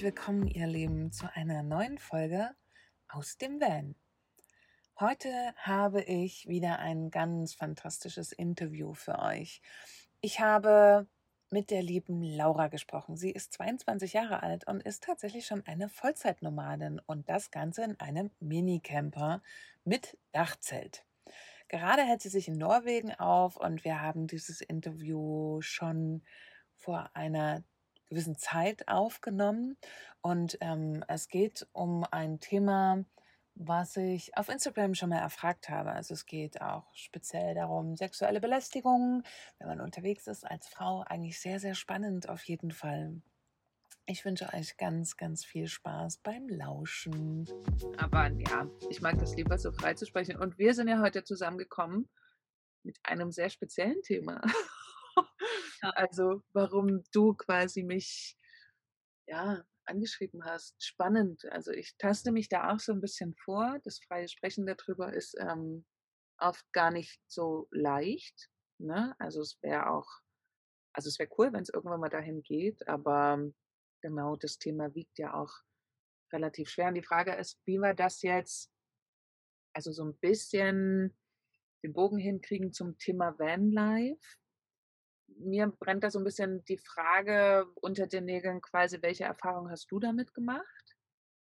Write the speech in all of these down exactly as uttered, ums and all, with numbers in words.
willkommen, ihr Lieben, zu einer neuen Folge aus dem Van. Heute habe ich wieder ein ganz fantastisches Interview für euch. Ich habe mit der lieben Laura gesprochen. Sie ist zweiundzwanzig Jahre alt und ist tatsächlich schon eine Vollzeitnomadin und das Ganze in einem Minicamper mit Dachzelt. Gerade hält sie sich in Norwegen auf und wir haben dieses Interview schon vor einer gewissen Zeit aufgenommen. Und ähm, es geht um ein Thema, was ich auf Instagram schon mal erfragt habe. Also es geht auch speziell darum, sexuelle Belästigung, wenn man unterwegs ist als Frau, eigentlich sehr, sehr spannend auf jeden Fall. Ich wünsche euch ganz, ganz viel Spaß beim Lauschen. Aber ja, ich mag das lieber so frei zu sprechen. Und wir sind ja heute zusammengekommen mit einem sehr speziellen Thema. Ja. Also warum du quasi mich ja angeschrieben hast. Spannend. Also ich taste mich da auch so ein bisschen vor. Das freie Sprechen darüber ist ähm, oft gar nicht so leicht. Ne? Also es wäre auch, also es wäre cool, wenn es irgendwann mal dahin geht, aber genau das Thema wiegt ja auch relativ schwer. Und die Frage ist, wie wir das jetzt, also so ein bisschen den Bogen hinkriegen zum Thema Vanlife. Mir brennt da so ein bisschen die Frage unter den Nägeln quasi, welche Erfahrung hast du damit gemacht?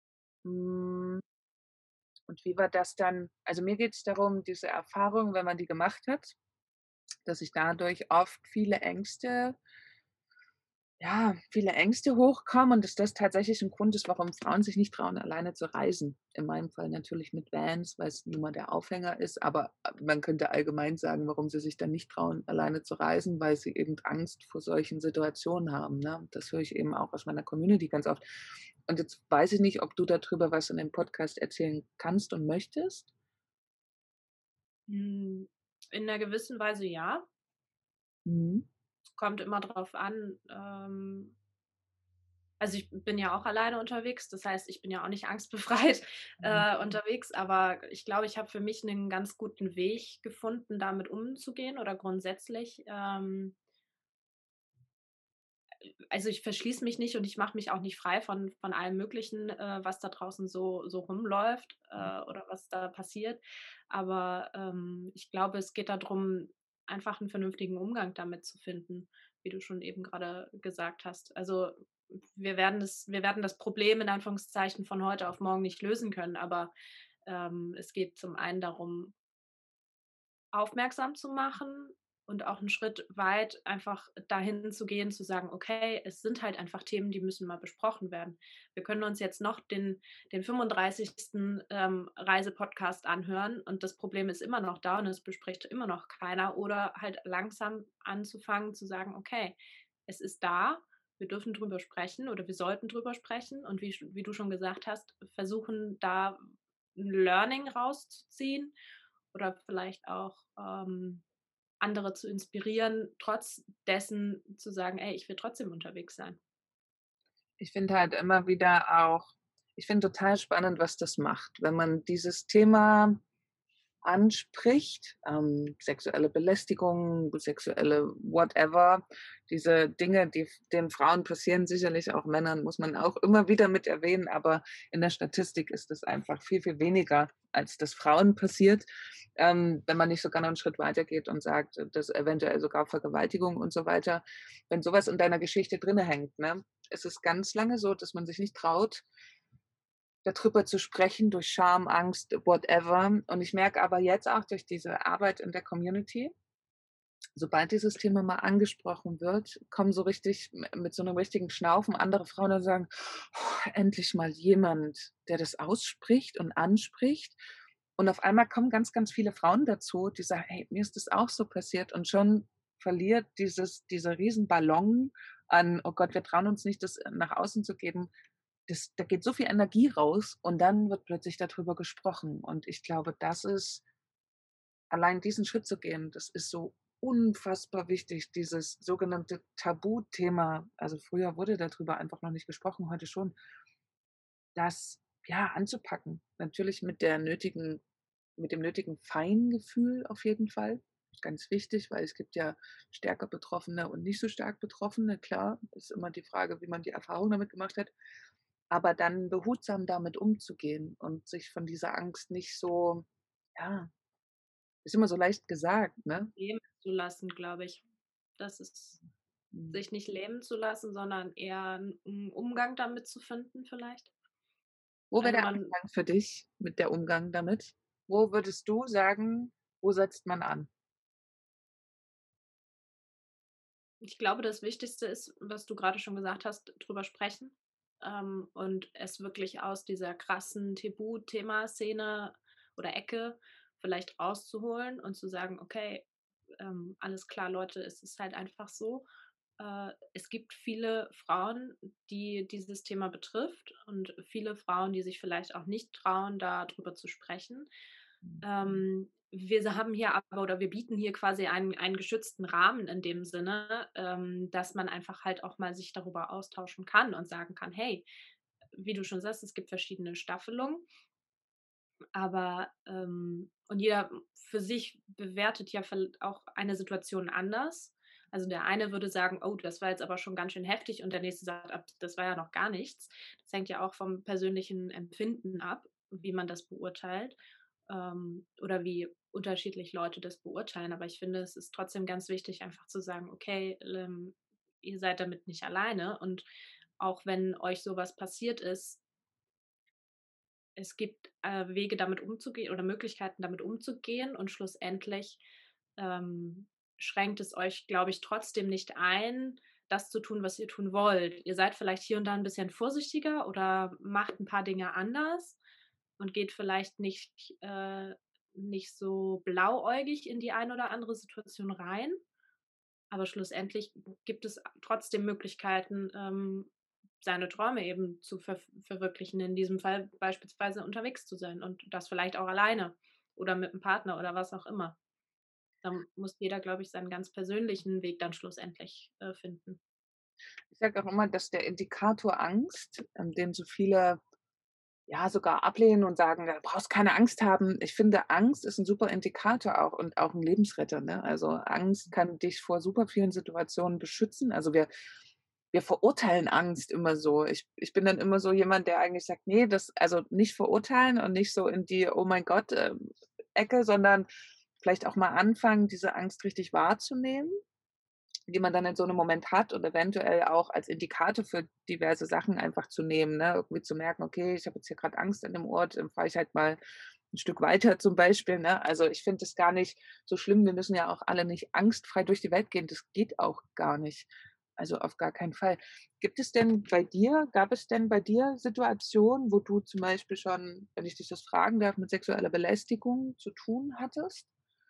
Hm, und wie war das dann, also, mir geht es darum, diese Erfahrung, wenn man die gemacht hat, dass sich dadurch oft viele Ängste ja, viele Ängste hochkommen und dass das tatsächlich 'n Grund ist, warum Frauen sich nicht trauen, alleine zu reisen. In meinem Fall natürlich mit Vans, weil's nun mal der Aufhänger ist, aber, äh, man könnte allgemein sagen, warum sie sich dann nicht trauen, alleine zu reisen, weil sie eben Angst vor solchen Situationen haben, ne? Das höre ich eben auch aus meiner Community ganz oft. Und jetzt weiß ich nicht, ob du da drüber was in dem Podcast erzählen kannst und möchtest? Hm, in 'ner gewissen Weise ja. Mhm. Kommt immer drauf an, ähm also, ich bin ja auch alleine unterwegs, das heißt, ich bin ja auch nicht angstbefreit, Mhm. äh, unterwegs, aber ich glaube, ich habe für mich 'nen ganz guten Weg gefunden, damit umzugehen oder grundsätzlich, ähm also, ich verschließe mich nicht und ich mache mich auch nicht frei von von allem Möglichen, äh, was da draußen so so rumläuft, äh, oder was da passiert. Aber, ähm, ich glaube, es geht da drum, einfach 'n vernünftigen Umgang damit zu finden, wie du schon eben grade gesagt hast. Also, wir werden das wir werden das Problem in Anführungszeichen von heute auf morgen nicht lösen können, aber, ähm, es geht zum einen darum, aufmerksam zu machen und auch 'n Schritt weit einfach dahin zu gehen, zu sagen: „Okay, es sind halt einfach Themen, die müssen mal besprochen werden.“ Wir können uns jetzt noch den den fünfunddreißigsten Ähm, Reisepodcast anhören und das Problem ist immer noch da und es bespricht immer noch keiner oder halt langsam anzufangen zu sagen: „Okay, es ist da, wir dürfen drüber sprechen oder wir sollten drüber sprechen“ und wie sch wie du schon gesagt hast, versuchen, da 'n Learning rauszuziehen oder vielleicht auch, ähm, andere zu inspirieren, trotz dessen zu sagen: „Ey, ich will trotzdem unterwegs sein.“ Ich finde halt immer wieder auch ich finde total spannend, was das macht, wenn man dieses Thema anspricht, ähm, sexuelle Belästigung, sexuelle whatever, diese Dinge, die f den Frauen passieren, sicherlich auch Männern, muss man auch immer wieder mit erwähnen, aber in der Statistik ist es einfach viel, viel weniger, als das Frauen passiert. Ähm, wenn man nicht sogar noch 'n Schritt weitergeht und sagt, äh, dass eventuell sogar Vergewaltigung und so weiter, wenn so was in deiner Geschichte drinne hängt, ne? Es ist ganz lange so, dass man sich nicht traut, darüber zu sprechen, durch Scham, Angst, whatever. Und ich merke aber jetzt auch durch diese Arbeit in der Community, sobald dieses Thema mal angesprochen wird, kommen so richtig m mit so 'nem richtigen Schnaufen andere Frauen und sagen: „Oh, endlich mal jemand, der das ausspricht und anspricht.“ Und auf einmal kommen ganz, ganz viele Frauen dazu, die sagen: „Hey, mir ist das auch so passiert.“ Und schon verliert dieses dieser Riesenballon an: „Oh Gott, wir trauen uns nicht, das, äh, nach außen zu geben.“ Das da geht so viel Energie raus und dann wird plötzlich dadrüber gesprochen. Und ich glaube, das ist allein diesen Schritt zu gehen, das ist so unfassbar wichtig, dieses sogenannte Tabuthema. Also, früher wurde darüber einfach noch nicht gesprochen, heute schon. Das, ja, anzupacken. Natürlich mit der nötigen mit dem nötigen Feingefühl auf jeden Fall. Ganz wichtig, weil es gibt ja stärker Betroffene und nicht so stark Betroffene. Klar, ist immer die Frage, wie man die Erfahrung damit gemacht hat. aber dann behutsam damit umzugehen und sich von dieser Angst nicht so ja, ist immer so leicht gesagt, ne? Lähmen zu lassen, glaube ich. Das ist Mhm. sich nicht lähmen zu lassen, sondern eher 'n 'n Umgang damit zu finden vielleicht. Wo wäre Also, der man Anfang für dich mit der Umgang damit? Wo würdest du sagen, wo setzt man an? ich glaube, das Wichtigste ist, was du grade schon gesagt hast, drüber sprechen, ähm, und es wirklich aus dieser krassen Tabuthema-Szene oder Ecke vielleicht rauszuholen und zu sagen: „Okay, ähm, alles klar, Leute, es ist halt einfach so. Äh, es gibt viele Frauen, die dieses Thema betrifft und viele Frauen, die sich vielleicht auch nicht trauen, da drüber zu sprechen. Mhm. Ähm, wir haben hier aber oder wir bieten hier quasi einen einen geschützten Rahmen in dem Sinne, ähm, dass man einfach halt auch mal sich darüber austauschen kann und sagen kann: „Hey, wie du schon sagst, es gibt verschiedene Staffelungen, aber, ähm und jeder für sich bewertet ja viell auch eine Situation anders. Also, der eine würde sagen: „Oh, das war jetzt aber schon ganz schön heftig“, und der nächste sagt: „Ab das war ja noch gar nichts.“ Das hängt ja auch vom persönlichen Empfinden ab, wie man das beurteilt, ähm, oder wie unterschiedlich Leute das beurteilen. Aber ich finde, es ist trotzdem ganz wichtig, einfach zu sagen: „Okay, ähm, ihr seid damit nicht alleine und auch wenn euch so was passiert ist, es gibt, äh, Wege, damit umzugehen oder Möglichkeiten, damit umzugehen und schlussendlich, ähm, schränkt es euch, glaube ich, trotzdem nicht ein, das zu tun, was ihr tun wollt. Ihr seid vielleicht hier und da ein bisschen vorsichtiger oder macht ein paar Dinge anders und geht vielleicht nicht äh, nicht so blauäugig in die eine oder andere Situation rein, aber schlussendlich gibt es trotzdem Möglichkeiten, ähm, seine Träume eben zu ver verwirklichen, in diesem Fall beispielsweise unterwegs zu sein und das vielleicht auch alleine oder mit 'm Partner oder was auch immer. Da muss jeder, glaube ich, seinen ganz persönlichen Weg dann schlussendlich, äh, finden. Ich sage auch immer, dass der Indikator Angst, ähm, den so viele, ja, sogar ablehnen und sagen: „Da brauchst keine Angst haben.“ Ich finde, Angst ist 'n super Indikator auch und auch 'n Lebensretter, ne? Also, Angst kann dich vor super vielen Situationen beschützen. Also, wir wir verurteilen Angst immer so. Ich ich bin dann immer so jemand, der eigentlich sagt: „Ne, das also, nicht verurteilen und nicht so in die „Oh mein Gott“, ähm, Ecke, sondern vielleicht auch mal anfangen, diese Angst richtig wahrzunehmen, die man dann in so 'nem Moment hat und eventuell auch als Indikator für diverse Sachen einfach zu nehmen, ne? Irgendwie zu merken: „Okay, ich habe jetzt hier grad Angst an dem Ort, dann fahre ich halt mal 'n Stück weiter“, zum Beispiel, ne? Also, ich finde es gar nicht so schlimm. Wir müssen ja auch alle nicht angstfrei durch die Welt gehen. Das geht auch gar nicht. Also, auf gar keinen Fall. Gibt es denn bei dir gab es denn bei dir Situationen, wo du zum Beispiel schon, wenn ich dich das fragen darf, mit sexueller Belästigung zu tun hattest?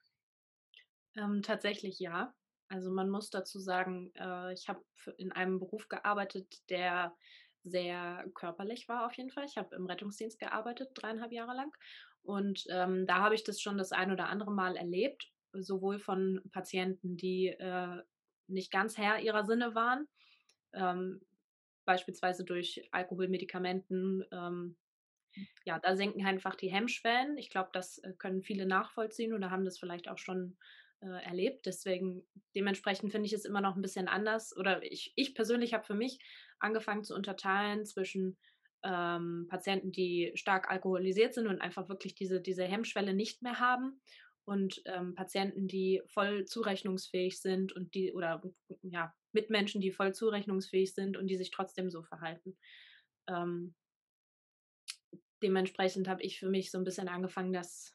Ähm, tatsächlich ja. Also, man muss dazu sagen, äh, ich habe f in einem Beruf gearbeitet, der sehr körperlich war auf jeden Fall. Ich habe im Rettungsdienst gearbeitet, dreieinhalb Jahre lang. Und, ähm, da habe ich das schon das ein oder andere Mal erlebt, sowohl von Patienten, die, äh, nicht ganz Herr ihrer Sinne waren, ähm, beispielsweise durch Alkohol, Medikamenten, ähm, ja, da senken einfach die Hemmschwellen. Ich glaube, das, äh, können viele nachvollziehen oder haben das vielleicht auch schon, äh, erlebt. Deswegen dementsprechend finde ich es immer noch ein bisschen anders oder ich ich persönlich habe für mich angefangen zu unterteilen zwischen, ähm, Patienten, die stark alkoholisiert sind und einfach wirklich diese diese Hemmschwelle nicht mehr haben und, ähm, Patienten, die voll zurechnungsfähig sind und die oder, ja, Mitmenschen, die voll zurechnungsfähig sind und die sich trotzdem so verhalten. Ähm Dementsprechend habe ich für mich so 'n bisschen angefangen, das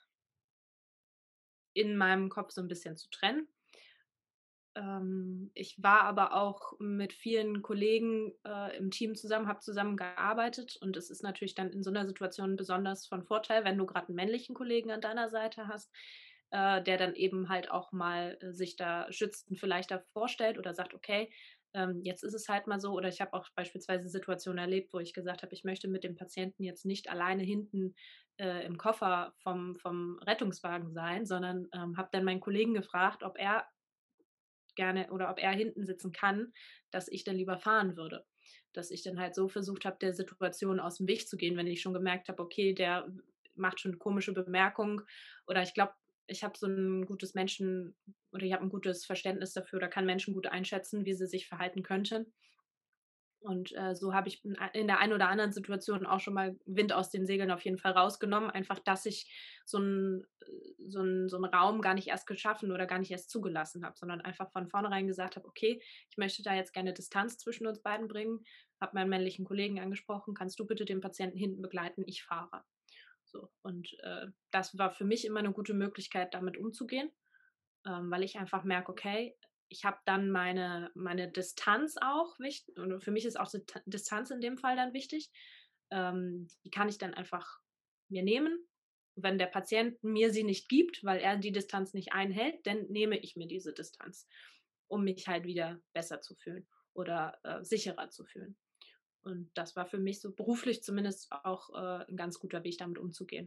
in meinem Kopf so 'n bisschen zu trennen. Ähm, ich war aber auch mit vielen Kollegen, äh, im Team zusammen, habe zusammengearbeitet und es ist natürlich dann in so 'ner Situation besonders von Vorteil, wenn du grad 'n männlichen Kollegen an deiner Seite hast, äh, der dann eben halt auch mal, äh, sich da schützend vielleicht davor stellt oder sagt: „Okay, ähm, jetzt ist es halt mal so.“ Oder ich habe auch beispielsweise Situationen erlebt, wo ich gesagt habe: „Ich möchte mit dem Patienten jetzt nicht alleine hinten, äh, im Koffer vom vom Rettungswagen sein“, sondern, ähm, habe dann meinen Kollegen gefragt, ob er gerne oder ob er hinten sitzen kann, dass ich dann lieber fahren würde. Dass ich dann halt so versucht habe, der Situation aus dem Weg zu gehen, wenn ich schon gemerkt habe, okay, der macht schon komische Bemerkungen oder ich glaube, ich habe so ein gutes Menschen oder ich habe ein gutes Verständnis dafür oder kann Menschen gut einschätzen, wie sie sich verhalten könnten. Und, äh, so habe ich in a in der einen oder anderen Situation auch schon mal Wind aus den Segeln auf jeden Fall rausgenommen, einfach, dass ich so 'n äh, so 'n so 'n Raum gar nicht erst geschaffen oder gar nicht erst zugelassen habe, sondern einfach von vornherein gesagt habe: „Okay, ich möchte da jetzt gerne Distanz zwischen uns beiden bringen.“ Habe meinen männlichen Kollegen angesprochen: „Kannst du bitte den Patienten hinten begleiten? Ich fahre.“ So, und, äh, das war für mich immer 'ne gute Möglichkeit, damit umzugehen, ähm, weil ich einfach merke, okay, ich habe dann meine meine Distanz auch wicht und für mich ist auch Dit Distanz in dem Fall dann wichtig. Ähm, die kann ich dann einfach mir nehmen. Wenn der Patient mir sie nicht gibt, weil er die Distanz nicht einhält, dann nehme ich mir diese Distanz, um mich halt wieder besser zu fühlen oder, äh, sicherer zu fühlen. Und das war für mich so beruflich zumindest auch, äh, 'n ganz guter Weg, damit umzugehen.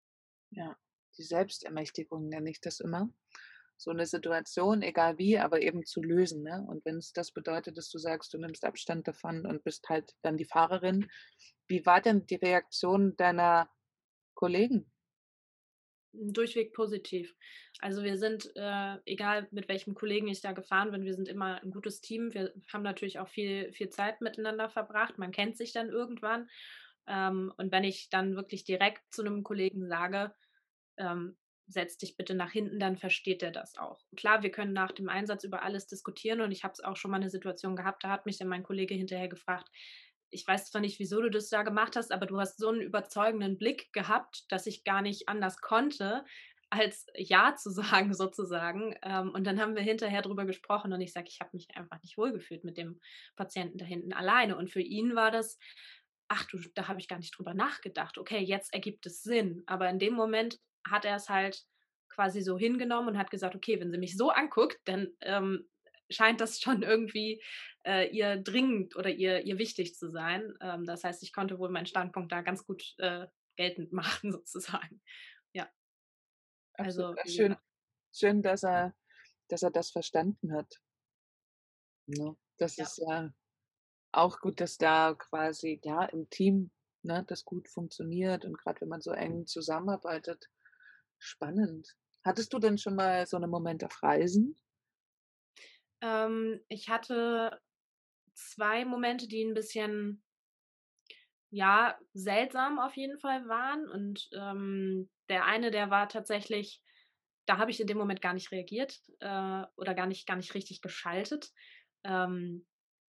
Ja, die Selbstermächtigung nenne ich das immer. So 'ne Situation, egal wie, aber eben zu lösen, ne? Und wenn's das bedeutet, dass du sagst, du nimmst Abstand davon und bist halt dann die Fahrerin. Wie war denn die Reaktion deiner Kollegen? Hm, durchweg positiv. Also, wir sind, äh, egal mit welchem Kollegen ich da gefahren bin, wir sind immer 'n gutes Team. Wir haben natürlich auch viel viel Zeit miteinander verbracht. Man kennt sich dann irgendwann. Ähm, und wenn ich dann wirklich direkt zu 'nem Kollegen sage, ähm: „Setz dich bitte nach hinten“, dann versteht der das auch. Klar, wir können nach dem Einsatz über alles diskutieren und ich habe es auch schon mal 'ne Situation gehabt, da hat mich dann mein Kollege hinterher gefragt: „Ich weiß zwar nicht, wieso du das da gemacht hast, aber du hast so 'n überzeugenden Blick gehabt, dass ich gar nicht anders konnte, als ja zu sagen sozusagen.“ Ähm, und dann haben wir hinterher drüber gesprochen und ich sage: „Ich habe mich einfach nicht wohlgefühlt mit dem Patienten da hinten alleine.“ Und für ihn war das: „Ach du, da habe ich gar nicht drüber nachgedacht. Okay, jetzt ergibt es Sinn.“ Aber in dem Moment hat er's halt quasi so hingenommen und hat gesagt: „Okay, wenn sie mich so anguckt, dann, ähm, scheint das schon irgendwie, äh, ihr dringend oder ihr ihr wichtig zu sein.“ Ähm, das heißt, ich konnte wohl meinen Standpunkt da ganz gut, äh, geltend machen sozusagen. Ja. Absolut, Also, ah, wie schön gesagt schön, dass er dass er das verstanden hat. Ne? Das Ja. ist ja auch gut, dass da quasi, ja, im Team, ne, das gut funktioniert und grad wenn man so eng zusammenarbeitet. Spannend. Hattest du denn schon mal so 'ne Moment auf Reisen? Ähm, ich hatte zwei Momente, die 'n bisschen ja, seltsam auf jeden Fall waren und, ähm, der eine, der war tatsächlich da habe ich in dem Moment gar nicht reagiert, äh, oder gar nicht gar nicht richtig geschaltet. Ähm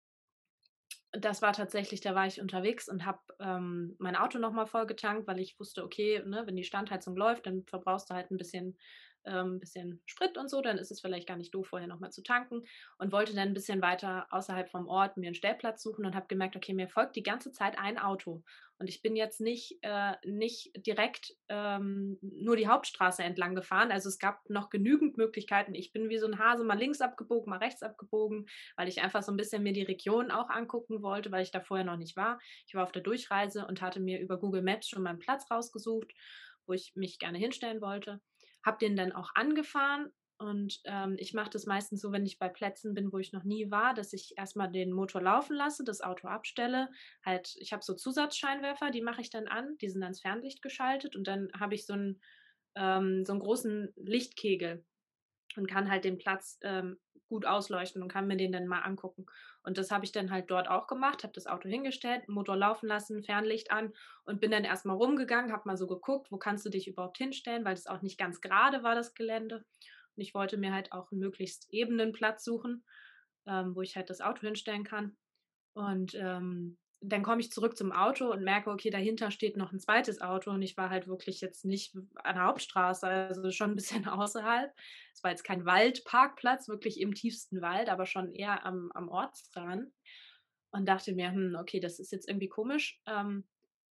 das war tatsächlich da war ich unterwegs und habe, ähm, mein Auto noch mal vollgetankt, weil ich wusste, okay, ne, wenn die Standheizung läuft, dann verbrauchst du halt 'n bisschen ähm, bisschen Sprit und so, dann ist es vielleicht gar nicht doof, vorher noch mal zu tanken und wollte dann 'n bisschen weiter außerhalb vom Ort mir 'n Stellplatz suchen und habe gemerkt: „Okay, mir folgt die ganze Zeit ein Auto.“ Und ich bin jetzt nicht äh, nicht direkt, ähm, nur die Hauptstraße entlang gefahren. Also, es gab noch genügend Möglichkeiten. Ich bin wie so 'n Hase mal links abgebogen, mal rechts abgebogen, weil ich einfach so 'n bisschen mir die Region auch angucken wollte, weil ich da vorher noch nicht war. Ich war auf der Durchreise und hatte mir über Google Maps schon mal 'n Platz rausgesucht, wo ich mich gerne hinstellen wollte. Habe den dann auch angefahren und, ähm, ich mache das meistens so, wenn ich bei Plätzen bin, wo ich noch nie war, dass ich erst mal den Motor laufen lasse, das Auto abstelle. Halt ich habe so Zusatzscheinwerfer, die mache ich dann an, die sind ans Fernlicht geschaltet und dann habe ich so 'n ähm, so 'n großen Lichtkegel und kann halt den Platz, ähm, gut ausleuchten und kann mir den dann mal angucken. Und das habe ich dann halt dort auch gemacht, habe das Auto hingestellt, Motor laufen lassen, Fernlicht an und bin dann erst mal rumgegangen, habe mal so geguckt, wo kannst du dich überhaupt hinstellen, weil das auch nicht ganz gerade war, das Gelände. Und ich wollte mir halt auch 'n möglichst ebenen Platz suchen, ähm, wo ich halt das Auto hinstellen kann. Und, ähm, dann komme ich zurück zum Auto und merke, okay, dahinter steht noch 'n zweites Auto und ich war halt wirklich jetzt nicht w an der Hauptstraße, also schon 'n bisschen außerhalb. Es war jetzt kein Waldparkplatz, wirklich im tiefsten Wald, aber schon eher am am Ortsrand und dachte mir: „Hm, okay, das ist jetzt irgendwie komisch. Ähm,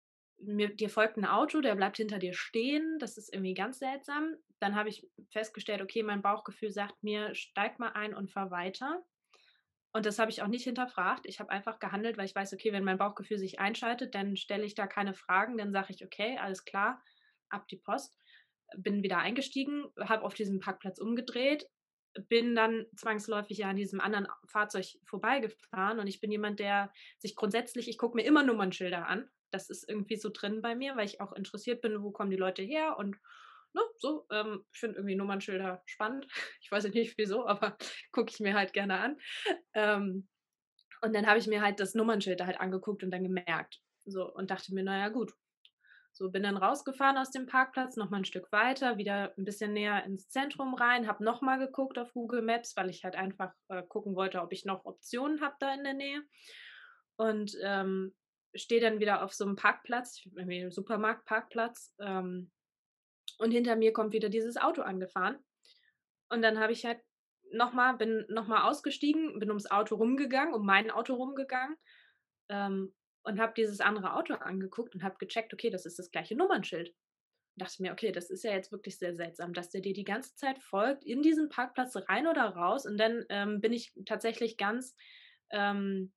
mir dir folgt 'n Auto, der bleibt hinter dir stehen. Das ist irgendwie ganz seltsam.“ Dann habe ich festgestellt, okay, mein Bauchgefühl sagt mir: „Steig mal ein und fahr weiter.“ Und das habe ich auch nicht hinterfragt. Ich habe einfach gehandelt, weil ich weiß, okay, wenn mein Bauchgefühl sich einschaltet, dann stelle ich da keine Fragen. Dann sage ich: „Okay, alles klar, ab die Post.“ Bin wieder eingestiegen, habe auf diesem Parkplatz umgedreht, bin dann zwangsläufig ja an diesem anderen Fahrzeug vorbeigefahren und ich bin jemand, der sich grundsätzlich ich gucke mir immer Nummernschilder an. Das ist irgendwie so drin bei mir, weil ich auch interessiert bin, wo kommen die Leute her und, ne, so. Ähm, ich finde irgendwie Nummernschilder spannend. Ich weiß nicht wieso, aber gucke ich mir halt gerne an. Ähm, Und dann habe ich mir halt das Nummernschild da halt angeguckt und dann gemerkt. So, und dachte mir: „Na ja, gut.“ So, bin dann rausgefahren aus dem Parkplatz, noch mal 'n Stück weiter, wieder 'n bisschen näher ins Zentrum rein, habe noch mal geguckt auf Google Maps, weil ich halt einfach, äh, gucken wollte, ob ich noch Optionen habe da in der Nähe. Und, ähm, stehe dann wieder auf so 'nem Parkplatz, irgendwie 'n Supermarktparkplatz, ähm, und hinter mir kommt wieder dieses Auto angefahren. Und dann habe ich halt noch mal bin noch mal ausgestiegen, bin ums Auto rumgegangen um mein Auto rumgegangen, ähm, und habe dieses andere Auto angeguckt und habe gecheckt: Okay, das ist das gleiche Nummernschild. Und dachte mir: „Okay, das ist ja jetzt wirklich sehr seltsam, dass der dir die ganze Zeit folgt, in diesen Parkplatz rein oder raus.“ Und dann, ähm, bin ich tatsächlich ganz, ähm,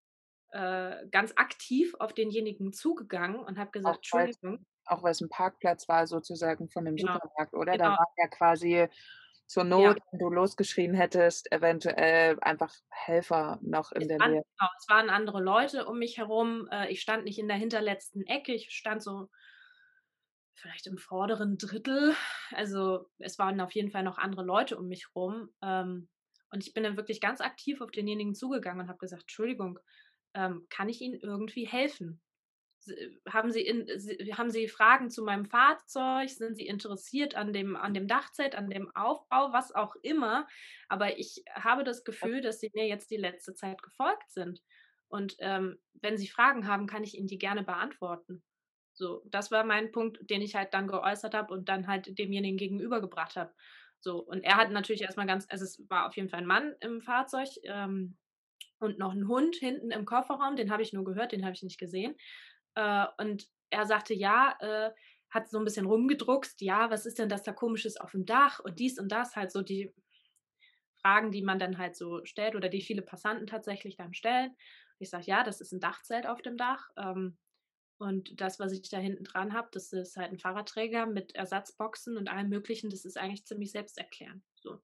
äh ganz aktiv auf denjenigen zugegangen und habe Auch gesagt: weil's „Entschuldigung.“ auch weil's 'n Parkplatz war sozusagen von dem Genau, Supermarkt, oder? Da genau. waren ja quasi zur Ja. Not, wenn du losgeschrien hättest, eventuell einfach Helfer noch in Es der waren Nähe. genau, es waren andere Leute um mich herum. Äh, ich stand nicht in der hinterletzten Ecke, ich stand so vielleicht im vorderen Drittel. Also, es waren auf jeden Fall noch andere Leute um mich rum. Ähm, und ich bin dann wirklich ganz aktiv auf denjenigen zugegangen und habe gesagt: „Entschuldigung, ähm, kann ich Ihnen irgendwie helfen? S haben Sie in S haben Sie Fragen zu meinem Fahrzeug? Sind Sie interessiert an dem an dem Dachzelt, an dem Aufbau?“ Was auch immer. Aber ich habe das Gefühl, dass Sie mir jetzt die letzte Zeit gefolgt sind. Und, ähm, wenn Sie Fragen haben, kann ich Ihnen die gerne beantworten. So, das war mein Punkt, den ich halt dann geäußert habe und dann halt demjenigen gegenübergebracht habe. So, und er hat natürlich erst mal ganz also, es war auf jeden Fall 'n Mann im Fahrzeug, ähm, und noch 'n Hund hinten im Kofferraum, den habe ich nur gehört, den habe ich nicht gesehen. Äh, und er sagte: „Ja“, äh hat so 'n bisschen rumgedruckst: „Ja, was ist denn das da Komisches aufm Dach?“ Und dies und das, halt so die Fragen, die man dann halt so stellt oder die viele Passanten tatsächlich dann stellen. Ich sage: „Ja, das ist 'n Dachzelt auf dem Dach, ähm, und das, was ich da hinten dran habe, das ist halt 'n Fahrradträger mit Ersatzboxen und allem Möglichen. Das ist eigentlich ziemlich selbsterklärend“, so.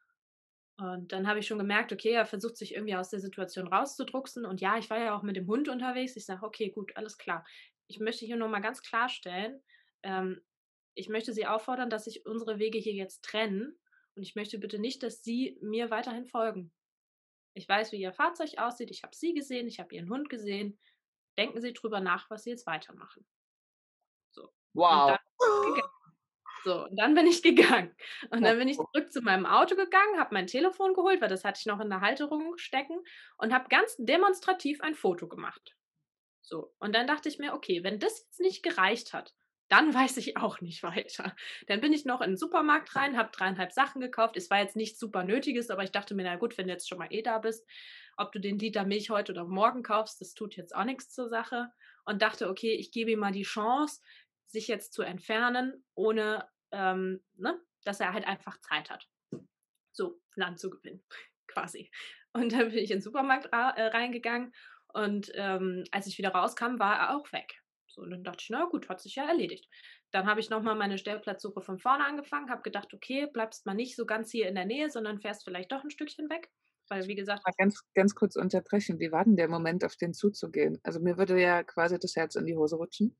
Und dann habe ich schon gemerkt, okay, er versucht sich irgendwie aus der Situation rauszudrucksen. Und ja, ich war ja auch mit dem Hund unterwegs. Ich sage: „Okay, gut, alles klar. Ich möchte hier nur mal ganz klarstellen, ähm, ich möchte Sie auffordern, dass sich unsere Wege hier jetzt trennen und ich möchte bitte nicht, dass Sie mir weiterhin folgen. Ich weiß, wie Ihr Fahrzeug aussieht. Ich habe Sie gesehen, ich habe Ihren Hund gesehen. Denken Sie drüber nach, was Sie jetzt weitermachen.“ So, und Wow. dann gegangen. So, und dann bin ich gegangen. Und dann bin ich zurück zu meinem Auto gegangen, habe mein Telefon geholt, weil das hatte ich noch in der Halterung stecken und habe ganz demonstrativ ein Foto gemacht. So, und dann dachte ich mir: „Okay, wenn das jetzt nicht gereicht hat, dann weiß ich auch nicht weiter.“ Dann bin ich noch in 'n Supermarkt rein, habe dreieinhalb Sachen gekauft. Es war jetzt nichts super Nötiges, aber ich dachte mir: „Na gut, wenn du jetzt schon mal eh da bist, ob du den Liter Milch heute oder morgen kaufst, das tut jetzt auch nix zur Sache.“ Und dachte: „Okay, ich gebe ihm mal die Chance, sich jetzt zu entfernen, ohne, ähm, ne, dass er halt einfach Zeit hat, so Land zu gewinnen quasi.“ Und dann bin ich in 'n Supermarkt ra äh, reingegangen und, ähm, als ich wieder rauskam, war er auch weg. So, und dann dachte ich: „Na gut, hat sich ja erledigt.“ Dann habe ich noch mal meine Stellplatzsuche von vorne angefangen, habe gedacht: „Okay, bleibst mal nicht so ganz hier in der Nähe, sondern fährst vielleicht doch 'n Stückchen weg.“ Weil, wie gesagt Mal ganz ganz kurz unterbrechen. Wie war denn der Moment, auf den zuzugehen? Also, mir würde ja quasi das Herz in die Hose rutschen.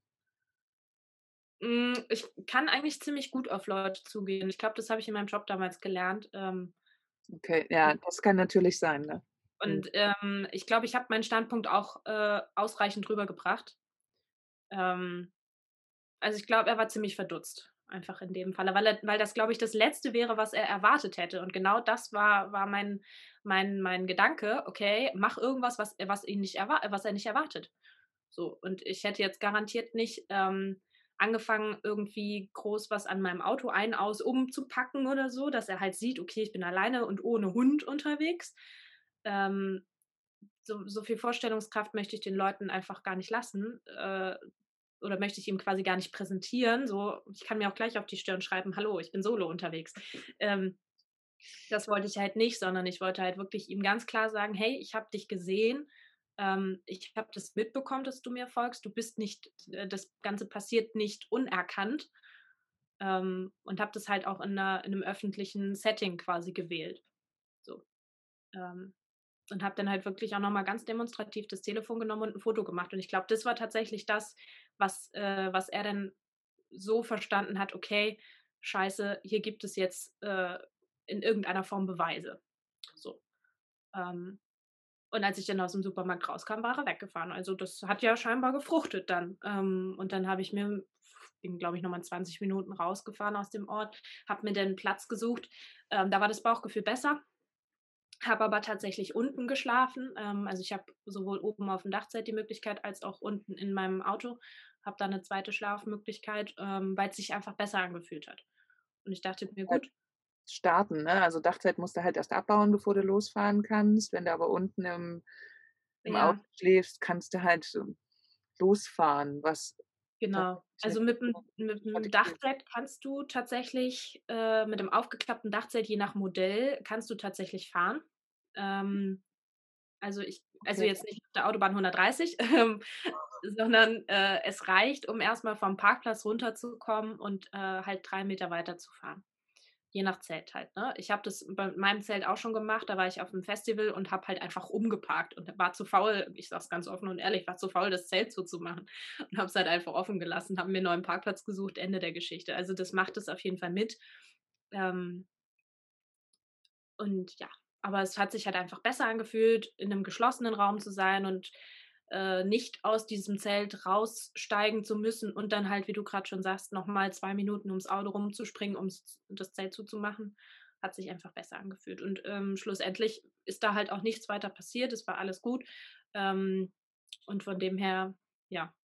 Hm, ich kann eigentlich ziemlich gut auf Leute zugehen. Ich glaube, das habe ich in meinem Job damals gelernt, ähm Okay, ja, das kann natürlich sein, ne? Mhm. Und, ähm, ich glaube, ich habe meinen Standpunkt auch, äh, ausreichend rübergebracht. Ähm, also, ich glaube, er war ziemlich verdutzt einfach in dem Falle, weil er weil das, glaube ich, das Letzte wäre, was er erwartet hätte. Und genau das war war mein mein mein Gedanke: „Okay, mach irgendwas, was er was ihn nicht erwa was er nicht erwartet.“ So, und ich hätte jetzt garantiert nicht, ähm, angefangen, irgendwie groß was an meinem Auto ein aus umzupacken oder so, dass er halt sieht: „Okay, ich bin alleine und ohne Hund unterwegs.“ Ähm, so so viel Vorstellungskraft möchte ich den Leuten einfach gar nicht lassen, äh, oder möchte ich ihm quasi gar nicht präsentieren, so. Ich kann mir auch gleich auf die Stirn schreiben: „Hallo, ich bin solo unterwegs.“ Ähm, das wollte ich halt nicht, sondern ich wollte halt wirklich ihm ganz klar sagen: „Hey, ich habe dich gesehen. Ähm, ich habe das mitbekommen, dass du mir folgst. Du bist nicht äh, das Ganze passiert nicht unerkannt.“ Ähm, und habe das halt auch in 'ner in 'nem öffentlichen Setting quasi gewählt, so. Ähm, und habe dann halt wirklich auch noch mal ganz demonstrativ das Telefon genommen und 'n Foto gemacht. Und ich glaube, das war tatsächlich das, was äh, was er dann so verstanden hat: „Okay, Scheiße, hier gibt es jetzt, äh, in irgendeiner Form Beweise“, so. Ähm Und als ich dann aus dem Supermarkt rauskam, war er weggefahren. Also, das hat ja scheinbar gefruchtet dann. Ähm, und dann habe ich mir bin, glaube ich, noch mal zwanzig Minuten rausgefahren aus dem Ort, habe mir dann 'n Platz gesucht. Ähm, da war das Bauchgefühl besser, habe aber tatsächlich unten geschlafen. Ähm, also, ich habe sowohl oben auf'm Dachzelt die Möglichkeit als auch unten in meinem Auto, habe da 'ne zweite Schlafmöglichkeit, ähm, weil's sich einfach besser angefühlt hat. Und ich dachte mir: Halt „Gut." starten, ne? Also, Dachzelt musst du halt erst abbauen, bevor du losfahren kannst. Wenn du aber unten im im Auto Ja. schläfst, kannst du halt, ähm, losfahren, was Genau. tatsächlich 'ne Also, mit 'm gute mit 'm Strategie ist. Dachzelt kannst du tatsächlich äh, mit dem aufgeklappten Dachzelt, je nach Modell, kannst du tatsächlich fahren. Ähm, also, ich also, Okay. jetzt nicht auf der Autobahn hundertdreißig, ähm, sondern, äh, es reicht, um erst mal vom Parkplatz runterzukommen und, äh, halt drei Meter weiterzufahren. Je nach Zelt halt, ne? Ich habe das bei meinem Zelt auch schon gemacht, da war ich auf'm Festival und habe halt einfach umgeparkt und war zu faul, ich sage es ganz offen und ehrlich, war zu faul, das Zelt zuzumachen und habe es halt einfach offen gelassen, habe mir 'n neuen Parkplatz gesucht, Ende der Geschichte. Also, das macht es auf jeden Fall mit. Ähm und ja, aber es hat sich halt einfach besser angefühlt, in 'nem geschlossenen Raum zu sein und, äh, nicht aus diesem Zelt raussteigen zu müssen und dann halt, wie du grad schon sagst, noch mal zwei Minuten ums Auto rumzuspringen, ums das Zelt zuzumachen, hat sich einfach besser angefühlt. Und, ähm, schlussendlich ist da halt auch nichts weiter passiert. Es war alles gut. Ähm, und von dem her, ja,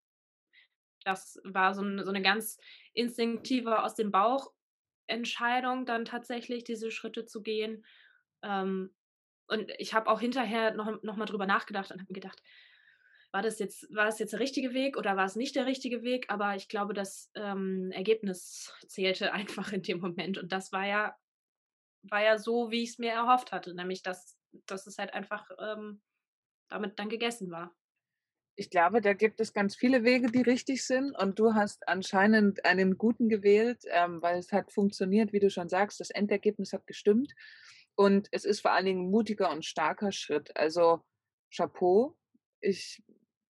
das war so 'n so 'ne ganz instinktive aus dem Bauch Entscheidung, dann tatsächlich diese Schritte zu gehen. Ähm, und ich habe auch hinterher noch noch mal drüber nachgedacht und habe mir gedacht: „War das jetzt war das jetzt der richtige Weg oder war es nicht der richtige Weg?" Aber ich glaube, das, ähm, Ergebnis zählte einfach in dem Moment. Und das war ja war ja so, wie ich's mir erhofft hatte, nämlich dass dass es halt einfach, ähm, damit dann gegessen war. Ich glaube, da gibt es ganz viele Wege, die richtig sind und du hast anscheinend einen guten gewählt, ähm, weil es hat funktioniert, wie du schon sagst. Das Endergebnis hat gestimmt und es ist vor allen Dingen 'n mutiger und starker Schritt. Also, Chapeau. Ich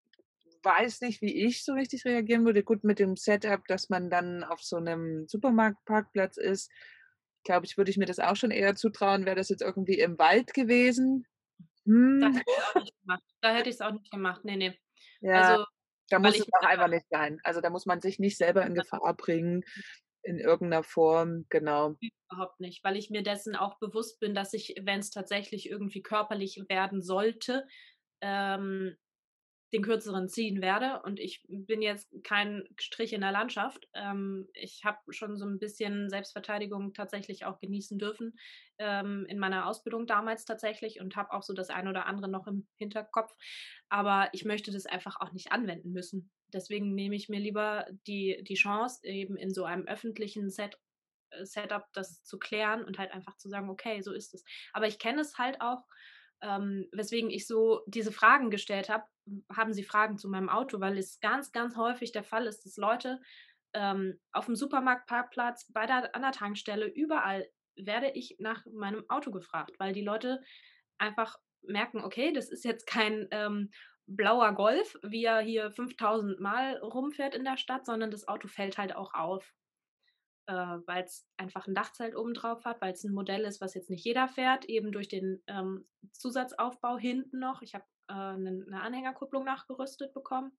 weiß nicht, wie ich so richtig reagieren würde. Gut, mit dem Setup, dass man dann auf so 'nem Supermarktparkplatz ist, glaube ich, würde ich mir das auch schon eher zutrauen. Wäre das jetzt irgendwie im Wald gewesen, Da hm. hätte ich's auch nicht gemacht. Da hätte ich's auch nicht gemacht. Ne, ne. Ja, Also, da weil muss es ich auch einfach einfach nicht sein. Also, da muss man sich nicht selber in Gefahr bringen in irgend 'ner Form, genau. Überhaupt nicht, weil ich mir dessen auch bewusst bin, dass ich, wenn's tatsächlich irgendwie körperlich werden sollte, ähm, den Kürzeren ziehen werde. Und ich bin jetzt kein Strich in der Landschaft. Ähm, ich habe schon so 'n bisschen Selbstverteidigung tatsächlich auch genießen dürfen, ähm, in meiner Ausbildung damals tatsächlich und habe auch so das eine oder andere noch im Hinterkopf. Aber ich möchte das einfach auch nicht anwenden müssen. Deswegen nehme ich mir lieber die die Chance, eben in so einem öffentlichen Set äh, Setup das zu klären und halt einfach zu sagen: „Okay, so ist es." Aber ich kenne es halt auch, ähm, weswegen ich so diese Fragen gestellt habe: „Haben Sie Fragen zu meinem Auto?" Weil es ganz, ganz häufig der Fall ist, dass Leute, ähm, auf'm Supermarktparkplatz, bei der an der Tankstelle, überall werde ich nach meinem Auto gefragt, weil die Leute einfach merken: „Okay, das ist jetzt kein, ähm, blauer Golf, wie er hier fünftausend Mal rumfährt in der Stadt, sondern das Auto fällt halt auch auf." Äh, weil's einfach 'n Dachzelt oben drauf hat, weil's 'n Modell ist, was jetzt nicht jeder fährt, eben durch den, ähm, Zusatzaufbau hinten noch. Ich habe, äh, 'nen 'ne Anhängerkupplung nachgerüstet bekommen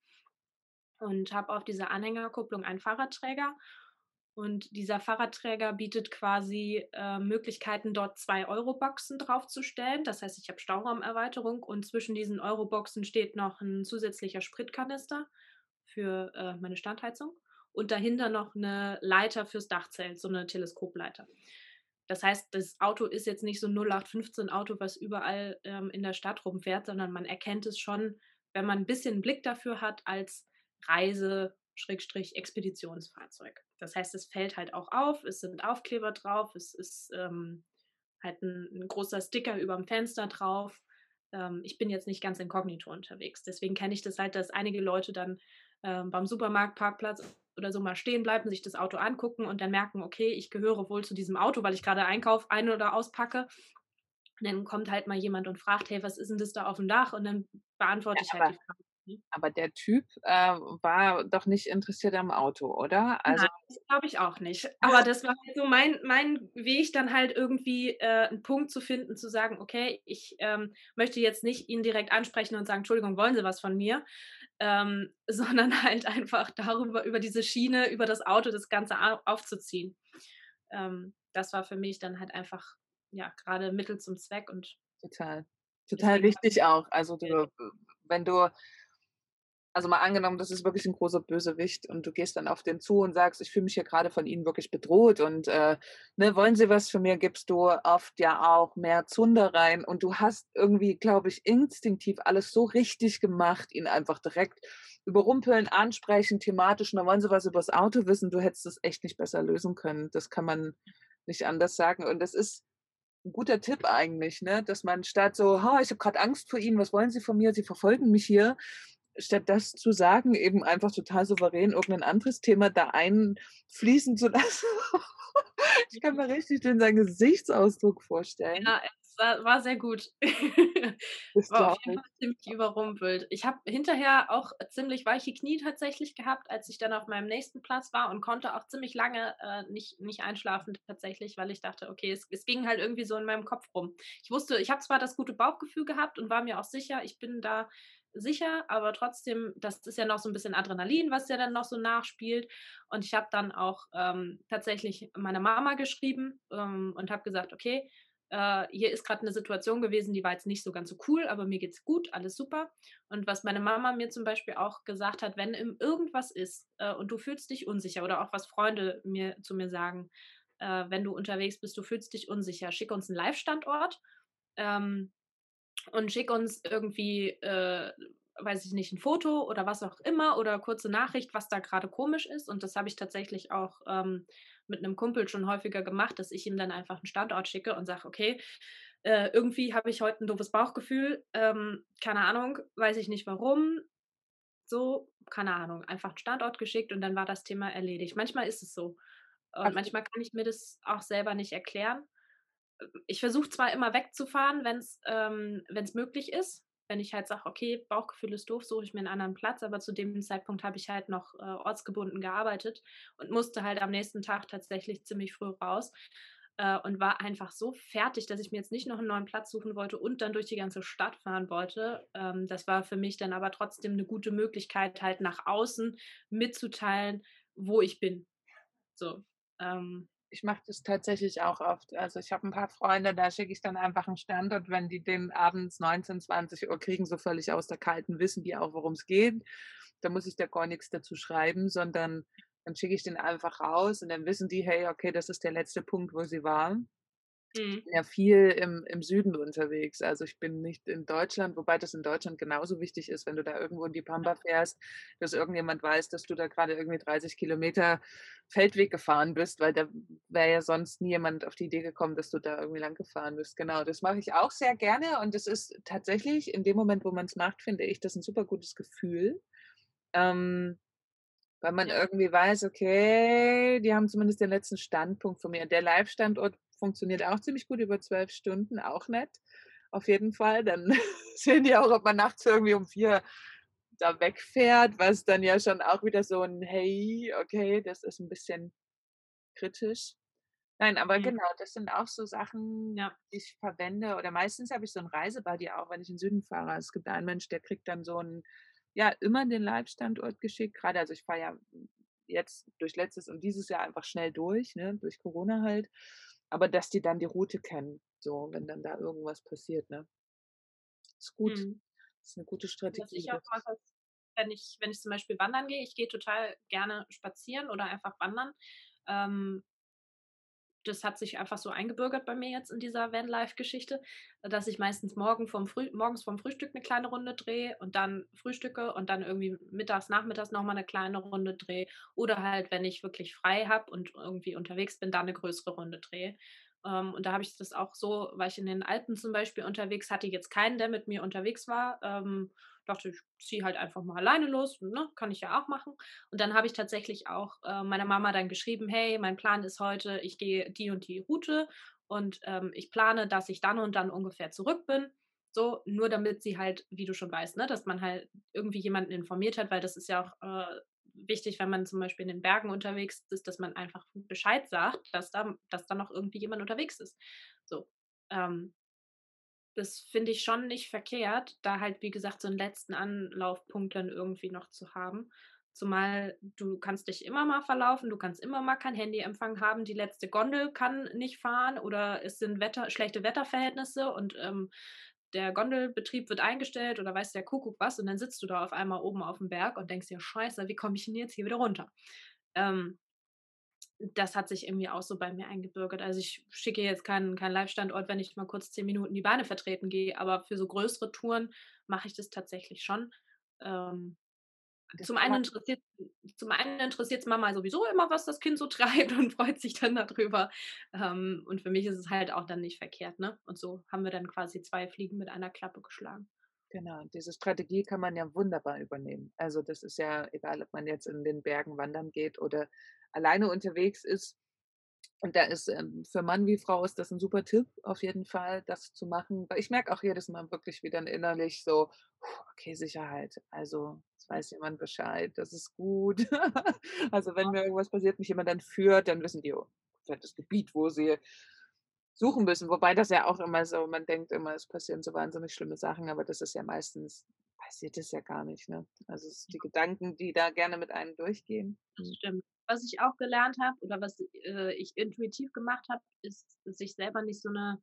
und habe auf dieser Anhängerkupplung einen Fahrradträger. Und dieser Fahrradträger bietet quasi, äh, Möglichkeiten, dort zwei Euroboxen draufzustellen. Das heißt, ich habe Stauraumerweiterung und zwischen diesen Euroboxen steht noch 'n zusätzlicher Spritkanister für, äh, meine Standheizung und dahinter noch 'ne Leiter fürs Dachzelt, so 'ne Teleskopleiter. Das heißt, das Auto ist jetzt nicht so 'n null acht fünfzehn Auto, was überall, ähm, in der Stadt rumfährt, sondern man erkennt es schon, wenn man 'n bisschen 'n Blick dafür hat, als Reise Schrägstrich Expeditionsfahrzeug. Das heißt, es fällt halt auch auf, es sind Aufkleber drauf, es ist, ähm, halt 'n 'n großer Sticker überm Fenster drauf. Ähm, ich bin jetzt nicht ganz inkognito unterwegs. Deswegen kenne ich das halt, dass einige Leute dann, ähm, beim Supermarktparkplatz oder so mal stehen bleiben, sich das Auto angucken und dann merken: „Okay, ich gehöre wohl zu diesem Auto, weil ich grade Einkauf ein oder auspacke." Und dann kommt halt mal jemand und fragt: „Hey, was ist 'n das da auf'm Dach?" Und dann beantworte Ja, ich halt aber die Frage. Mhm. Aber der Typ, äh, war doch nicht interessiert am Auto, oder? Also Nein, das glaube ich auch nicht. Aber das war halt so mein mein Weg, dann halt irgendwie, äh, 'n Punkt zu finden, zu sagen: „Okay, ich, ähm, möchte jetzt nicht ihn direkt ansprechen und sagen: ‚Entschuldigung, wollen Sie was von mir?‘“ Ähm, sondern halt einfach darüber über diese Schiene, über das Auto das Ganze au aufzuziehen. Ähm, das war für mich dann halt einfach, ja, grade Mittel zum Zweck und total. Total deswegen habe wichtig auch. Also, ich du wenn du also, mal angenommen, das ist wirklich 'n großer Bösewicht und du gehst dann auf den zu und sagst: „Ich fühle mich hier grade von Ihnen wirklich bedroht und, äh, ne, wollen Sie was von mir?“ Gibst du oft ja auch mehr Zunder rein und du hast irgendwie, glaube ich, instinktiv alles so richtig gemacht, ihn einfach direkt überrumpeln, ansprechen, thematisch und dann wollen sie was übers Auto wissen. Du hättest es echt nicht besser lösen können. Das kann man nicht anders sagen und das ist 'n guter Tipp eigentlich, ne, dass man statt so: „Ha, ich habe grad Angst vor Ihnen. Was wollen Sie von mir? Sie verfolgen mich hier.“ Statt das zu sagen, eben einfach total souverän irgend 'nen anderes Thema da einfließen zu lassen. Ich kann mir richtig den seinen Gesichtsausdruck vorstellen. Ja, es war war sehr gut. Das War auf glaube jeden ich. Fall ziemlich überrumpelt. Ich habe hinterher auch ziemlich weiche Knie tatsächlich gehabt, als ich dann auf meinem nächsten Platz war und konnte auch ziemlich lange, äh, nicht nicht einschlafen tatsächlich, weil ich dachte: „Okay“, es es ging halt irgendwie so in meinem Kopf rum. Ich wusste, ich habe zwar das gute Bauchgefühl gehabt und war mir auch sicher, ich bin da sicher, aber trotzdem, das ist ja noch so 'n bisschen Adrenalin, was ja dann noch so nachspielt. Und ich habe dann auch, ähm, tatsächlich meiner Mama geschrieben, ähm, und habe gesagt: „Okay, äh, hier ist grad 'ne Situation gewesen, die war jetzt nicht so ganz so cool, aber mir geht's gut, alles super.“ Und was meine Mama mir zum Beispiel auch gesagt hat: „Wenn im irgendwas ist, äh, und du fühlst dich unsicher“ oder auch was Freunde mir zu mir sagen, äh: „Wenn du unterwegs bist, du fühlst dich unsicher, schick uns 'n Live-Standort, ähm, und schick uns irgendwie, äh, weiß ich nicht, 'n Foto oder was auch immer oder kurze Nachricht, was da grade komisch ist.“ Und das habe ich tatsächlich auch, ähm, mit 'nem Kumpel schon häufiger gemacht, dass ich ihm dann einfach 'n Standort schicke und sage: „Okay, äh, irgendwie habe ich heute 'n doofes Bauchgefühl, ähm, keine Ahnung, weiß ich nicht warum.“ So, keine Ahnung, einfach 'n Standort geschickt und dann war das Thema erledigt. Manchmal ist es so. Und Absolut. manchmal kann ich mir das auch selber nicht erklären. Ich versuche zwar immer wegzufahren, wenn's ähm, wenn's möglich ist. Wenn ich halt sage: „Okay, Bauchgefühl ist doof, suche ich mir 'n anderen Platz“, aber zu dem Zeitpunkt habe ich halt noch, äh, ortsgebunden gearbeitet und musste halt am nächsten Tag tatsächlich ziemlich früh raus, äh, und war einfach so fertig, dass ich mir jetzt nicht noch 'n neuen Platz suchen wollte und dann durch die ganze Stadt fahren wollte. Ähm, das war für mich dann aber trotzdem 'ne gute Möglichkeit, halt nach außen mitzuteilen, wo ich bin. So, ähm Ich mache das tatsächlich auch oft. Also, ich habe 'n paar Freunde, da schicke ich dann einfach 'n Standort, wenn die den abends neunzehn, zwanzig Uhr kriegen, so völlig aus der Kalten, wissen die auch, worum's geht. Da muss ich da gar nix dazu schreiben, sondern dann schicke ich den einfach raus und dann wissen die: „Hey, okay, das ist der letzte Punkt, wo sie war.“ Ich Mhm. bin ja viel im im Süden unterwegs. Also, ich bin nicht in Deutschland, wobei das in Deutschland genauso wichtig ist, wenn du da irgendwo in die Pampa fährst, dass irgendjemand weiß, dass du da grade irgendwie dreißig Kilometer Feldweg gefahren bist, weil da wäre ja sonst nie jemand auf die Idee gekommen, dass du da irgendwie lang gefahren bist. Genau, das mache ich auch sehr gerne und das ist tatsächlich in dem Moment, wo man's macht, finde ich das 'n super gutes Gefühl. Ähm, weil man Ja. irgendwie weiß: „Okay, die haben zumindest den letzten Standpunkt von mir.“ Der Live-Standort funktioniert auch ziemlich gut über zwölf Stunden, auch nett, auf jeden Fall. Dann sehen die auch, ob man nachts irgendwie um vier da wegfährt, was dann ja schon auch wieder so 'n: „Hey, okay, das ist 'n bisschen kritisch.“ Nein, aber Mhm. genau, das sind auch so Sachen, Ja. die ich verwende oder meistens habe ich so 'n Reisebuddy auch, wenn ich in Süden fahre. Es gibt einen Mensch, der kriegt dann so 'n ja, immer den Live-Standort geschickt. Grade also, ich fahre ja jetzt durch letztes und dieses Jahr einfach schnell durch, ne, durch Corona halt. Aber dass die dann die Route kennen, so, wenn dann da irgendwas passiert, ne? Ist gut. Mhm. Ist 'ne gute Was Strategie, ich auch das mache, ist, wenn ich wenn ich zum Beispiel wandern gehe ich gehe total gerne spazieren oder einfach wandern. Ähm das hat sich einfach so eingebürgert bei mir jetzt in dieser Vanlife-Geschichte, dass ich meistens morgen vorm Früh morgens vorm Frühstück 'ne kleine Runde drehe und dann frühstücke und dann irgendwie mittags, nachmittags noch mal 'ne kleine Runde drehe oder halt, wenn ich wirklich frei habe und irgendwie unterwegs bin, dann 'ne größere Runde drehe. Ähm, und da habe ich das auch so war ich in den Alpen zum Beispiel unterwegs, hatte jetzt keinen, der mit mir unterwegs war, ähm, dachte ich: „Ziehe halt einfach mal alleine los, ne, kann ich ja auch machen.“ Und dann habe ich tatsächlich auch, äh, meiner Mama dann geschrieben: „Hey, mein Plan ist heute, ich gehe die und die Route und, ähm, ich plane, dass ich dann und dann ungefähr zurück bin. so, nur damit sie halt, wie du schon weißt, ne, dass man halt irgendwie jemanden informiert hat, weil das ist ja auch, äh, wichtig, wenn man zum Beispiel in den Bergen unterwegs ist, dass man einfach Bescheid sagt, dass da dass da noch irgendwie jemand unterwegs ist. So, ähm, das finde ich schon nicht verkehrt, da halt, wie gesagt, so 'n letzten Anlaufpunkt dann irgendwie noch zu haben. Zumal du kannst dich immer mal verlaufen, du kannst immer mal keinen Handyempfang haben, die letzte Gondel kann nicht fahren oder es sind Wetter schlechte Wetterverhältnisse und, ähm, der Gondelbetrieb wird eingestellt oder weiß der Kuckuck was und dann sitzt du da auf einmal oben aufm Berg und denkst dir: „Scheiße, wie komme ich 'n jetzt hier wieder runter?“ Ähm, das hat sich irgendwie auch so bei mir eingebürgert. Also, ich schicke jetzt keinen keinen Live-Standort, wenn ich mal kurz zehn Minuten die Beine vertreten gehe, aber für so größere Touren mache ich das tatsächlich schon. Ähm, Das zum kann einen man interessiert zum einen interessiert's Mama sowieso immer, was das Kind so treibt und freut sich dann da drüber. Ähm, und für mich ist es halt auch dann nicht verkehrt, ne? Und so haben wir dann quasi zwei Fliegen mit einer Klappe geschlagen. Genau, diese Strategie kann man ja wunderbar übernehmen. Also, das ist ja egal, ob man jetzt in den Bergen wandern geht oder alleine unterwegs ist. Und da ist, ähm, für Mann wie Frau ist das 'n super Tipp auf jeden Fall, das zu machen. Weil ich merke auch jedes Mal wirklich, wie dann innerlich so: „Okay, Sicherheit. Also, es Ja. weiß jemand Bescheid, das ist gut.“ Also, wenn mir irgendwas passiert, mich jemand dann führt, dann wissen die, oh, das Gebiet, wo sie suchen müssen. Wobei das ja auch immer so man denkt immer, es passieren so wahnsinnig schlimme Sachen, aber das ist ja meistens passiert das ja gar nicht, ne? Also, es ist die Gedanken, die da gerne mit einem durchgehen. Das Mhm. stimmt. Was ich auch gelernt habe oder was, äh, ich intuitiv gemacht habe, ist, sich selber nicht so 'ne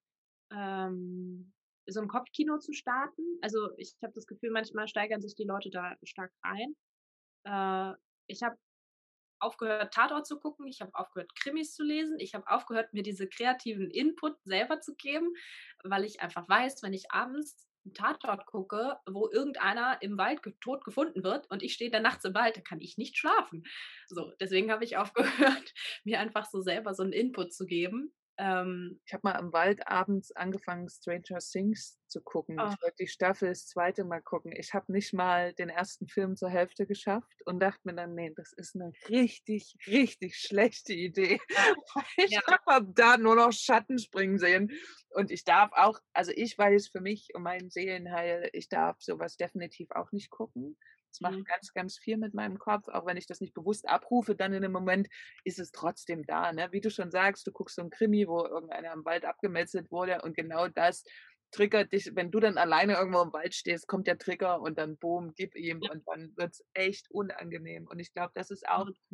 ähm, so 'n Kopfkino zu starten. Also, ich habe das Gefühl, manchmal steigern sich die Leute da stark rein. Äh, ich habe aufgehört, Tatort zu gucken, ich habe aufgehört, Krimis zu lesen, ich habe aufgehört, mir diese kreativen Input selber zu geben, weil ich einfach weiß, wenn ich abends 'n Tatort gucke, wo irgendeiner im Wald ge tot gefunden wird und ich stehe dann nachts im Wald, dann kann ich nicht schlafen. So, deswegen habe ich aufgehört, mir einfach so selber so 'n Input zu geben. Ähm Ich habe mal im Wald abends angefangen, Stranger Things zu gucken. Ich Ach. wollte die Staffel das zweite Mal gucken. Ich habe nicht mal den ersten Film zur Hälfte geschafft und dachte mir dann: „Ne, das ist 'ne richtig, richtig schlechte Idee.“ Ja, Ich ja. habe ab da nur noch Schatten springen sehen. Und ich darf auch also, ich weiß für mich um mein Seelenheil, ich darf so was definitiv auch nicht gucken. Es macht Mhm. ganz, ganz viel mit meinem Kopf, auch wenn ich das nicht bewusst abrufe, dann in dem Moment ist es trotzdem da, ne? Wie du schon sagst, du guckst so 'n Krimi, wo irgendeiner im Wald abgemetzelt wurde und genau das triggert dich. Wenn du dann alleine irgendwo im Wald stehst, kommt der Trigger und dann boom, gib ihm Ja. und dann wird's echt unangenehm. Und ich glaube, das ist auch Oh.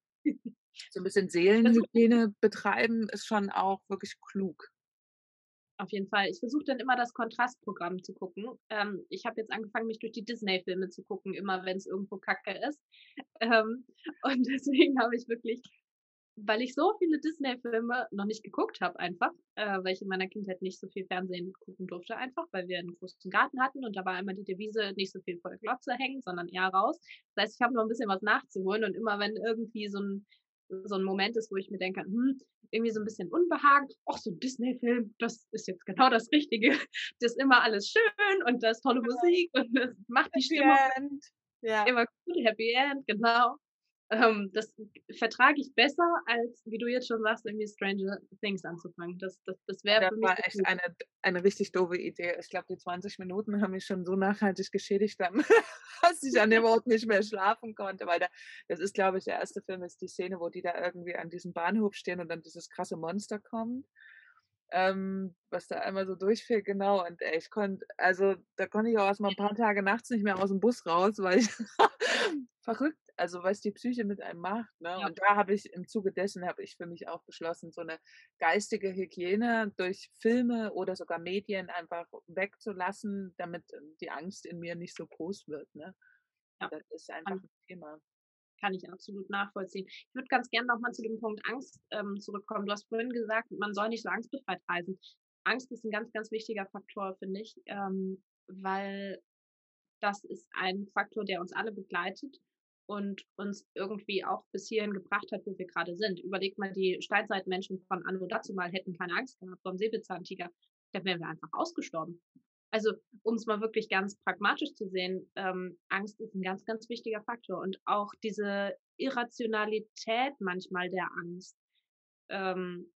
so 'n bisschen Versuche Seelenhygiene betreiben ist schon auch wirklich klug. Auf jeden Fall. Ich versuche dann immer das Kontrastprogramm zu gucken. Ähm, ich habe jetzt angefangen, mich durch die Disney-Filme zu gucken, immer wenn's irgendwo Kacke ist. Ähm, und deswegen habe ich wirklich weil ich so viele Disney-Filme noch nicht geguckt habe einfach, äh, weil ich in meiner Kindheit nicht so viel Fernsehen gucken durfte einfach, weil wir 'n großen Garten hatten und da war immer die Devise: „Nicht so viel vor der Glotze hängen, sondern eher raus.“ Das heißt, ich habe noch 'n bisschen was nachzuholen und immer wenn irgendwie so 'n so 'n Moment ist, wo ich mir denke: „Hm, irgendwie so 'n bisschen Unbehagen. Ach, so 'n Disney-Film, das ist jetzt genau das Richtige. Das ist immer alles schön und da ist tolle Genau. Musik und das macht die Happy Stimmung End. Ja. immer gut, Happy End, genau. Ähm, das vertrage ich besser, als wie du jetzt schon sagst, irgendwie Stranger Things anzufangen. Das das das wäre Das für mich war echt eine d eine richtig doofe Idee. Ich glaube, die zwanzig Minuten haben mich schon so nachhaltig geschädigt dann, dass ich an dem Ort nicht mehr schlafen konnte, weil da das ist, glaube ich der erste Film ist die Szene, wo die da irgendwie an diesem Bahnhof stehen und dann dieses krasse Monster kommt, ähm, was da einmal so durchfährt, genau. Und ey, ich konnte also, da konnte ich auch erst mal 'n paar Tage nachts nicht mehr aus'm Bus raus, weil ich verrückt, also, was die Psyche mit einem macht, ne? Ja. Und da habe ich im Zuge dessen habe ich für mich auch beschlossen, so 'ne geistige Hygiene durch Filme oder sogar Medien einfach wegzulassen, damit, ähm, die Angst in mir nicht so groß wird, ne? Ja, Das ist einfach kann 'n Thema. kann ich absolut nachvollziehen. Ich würde ganz gern noch mal zu dem Punkt Angst, ähm, zurückkommen. Du hast vorhin gesagt, man soll nicht so angstbefreit reisen. Angst ist 'n ganz, ganz wichtiger Faktor, finde ich, ähm, weil das ist ein Faktor, der uns alle begleitet und uns irgendwie auch bis hierhin gebracht hat, wo wir grade sind. Überleg mal, die Steinzeitmenschen von anno dazumal hätten keine Angst gehabt vorm Säbelzahntiger. Da wären wir einfach ausgestorben. Also, um's mal wirklich ganz pragmatisch zu sehen, ähm, Angst ist 'n ganz, ganz wichtiger Faktor und auch diese Irrationalität manchmal der Angst. Ähm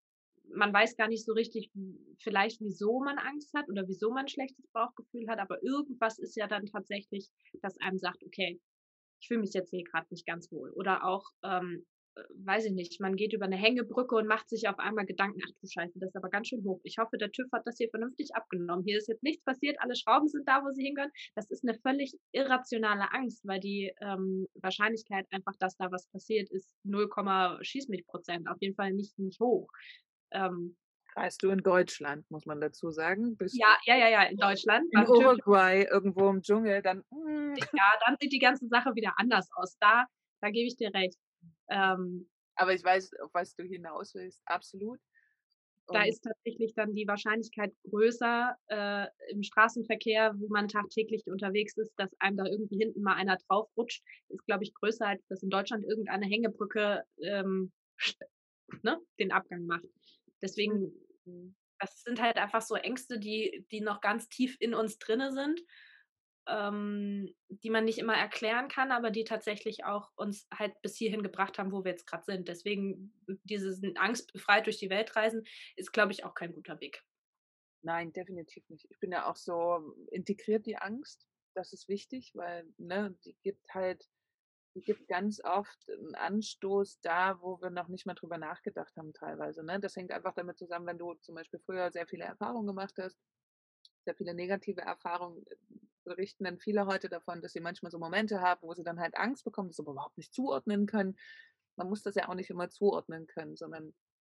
man weiß gar nicht so richtig, w vielleicht wieso man Angst hat oder wieso man 'n schlechtes Bauchgefühl hat, aber irgendwas ist ja dann tatsächlich, das einem sagt: „Okay, ich fühle mich jetzt hier grad nicht ganz wohl.“ Oder auch, ähm, äh, weiß ich nicht, man geht über 'ne Hängebrücke und macht sich auf einmal Gedanken: „Ach du Scheiße, das ist aber ganz schön hoch. Ich hoffe, der TÜV hat das hier vernünftig abgenommen. Hier ist jetzt nichts passiert, alle Schrauben sind da, wo sie hingehören.“ Das ist 'ne völlig irrationale Angst, weil die, ähm, Wahrscheinlichkeit einfach, dass da was passiert, ist null Komma schieß mich Prozent, auf jeden Fall nicht nicht hoch. Ähm Reist du in Deutschland, muss man dazu sagen. Bist du Ja, ja, ja, ja, in Deutschland in beim TÜV Uruguay irgendwo im Dschungel, dann, hm Ja, dann sieht die ganze Sache wieder anders aus. Da da gebe ich dir recht. Ähm Aber ich weiß, auf was du hinaus willst, absolut. Da Und ist tatsächlich dann die Wahrscheinlichkeit größer, äh, im Straßenverkehr, wo man tagtäglich unterwegs ist, dass einem da irgendwie hinten mal einer draufrutscht, ist, glaube ich, größer, als dass in Deutschland irgendeine Hängebrücke, ähm, st ne, den Abgang macht. Deswegen Mhm. das sind halt einfach so Ängste, die die noch ganz tief in uns drinne sind, ähm, die man nicht immer erklären kann, aber die tatsächlich auch uns halt bis hierhin gebracht haben, wo wir jetzt grad sind. Deswegen dieses angstbefreit durch die Welt reisen, ist, glaube ich, auch kein guter Weg. Nein, definitiv nicht. Ich bin ja auch so integriert die Angst. Das ist wichtig, weil, ne, die gibt halt die gibt ganz oft 'n Anstoß da, wo wir noch nicht mal drüber nachgedacht haben teilweise, ne? Das hängt einfach damit zusammen, wenn du zum Beispiel früher sehr viele Erfahrungen gemacht hast, sehr viele negative Erfahrungen, äh, berichten dann viele heute davon, dass sie manchmal so Momente haben, wo sie dann halt Angst bekommen, das aber überhaupt nicht zuordnen können. Man muss das ja auch nicht immer zuordnen können, sondern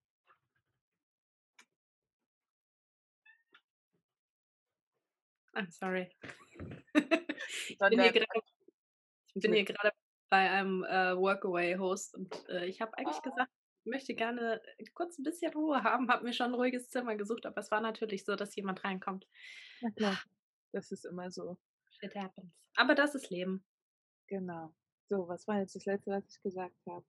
Ah, sorry. Ich bin hier sondern grade ich bin hier Entschuldigung. grade bei einem, äh, Workaway-Host und, äh, ich habe eigentlich Ah. gesagt, ich möchte gerne kurz 'n bisschen Ruhe haben, habe mir schon 'n ruhiges Zimmer gesucht, aber es war natürlich so, dass jemand reinkommt. Na klar, das ist immer so. Shit happens. Aber das ist Leben. Genau. So, was war jetzt das Letzte, was ich gesagt habe?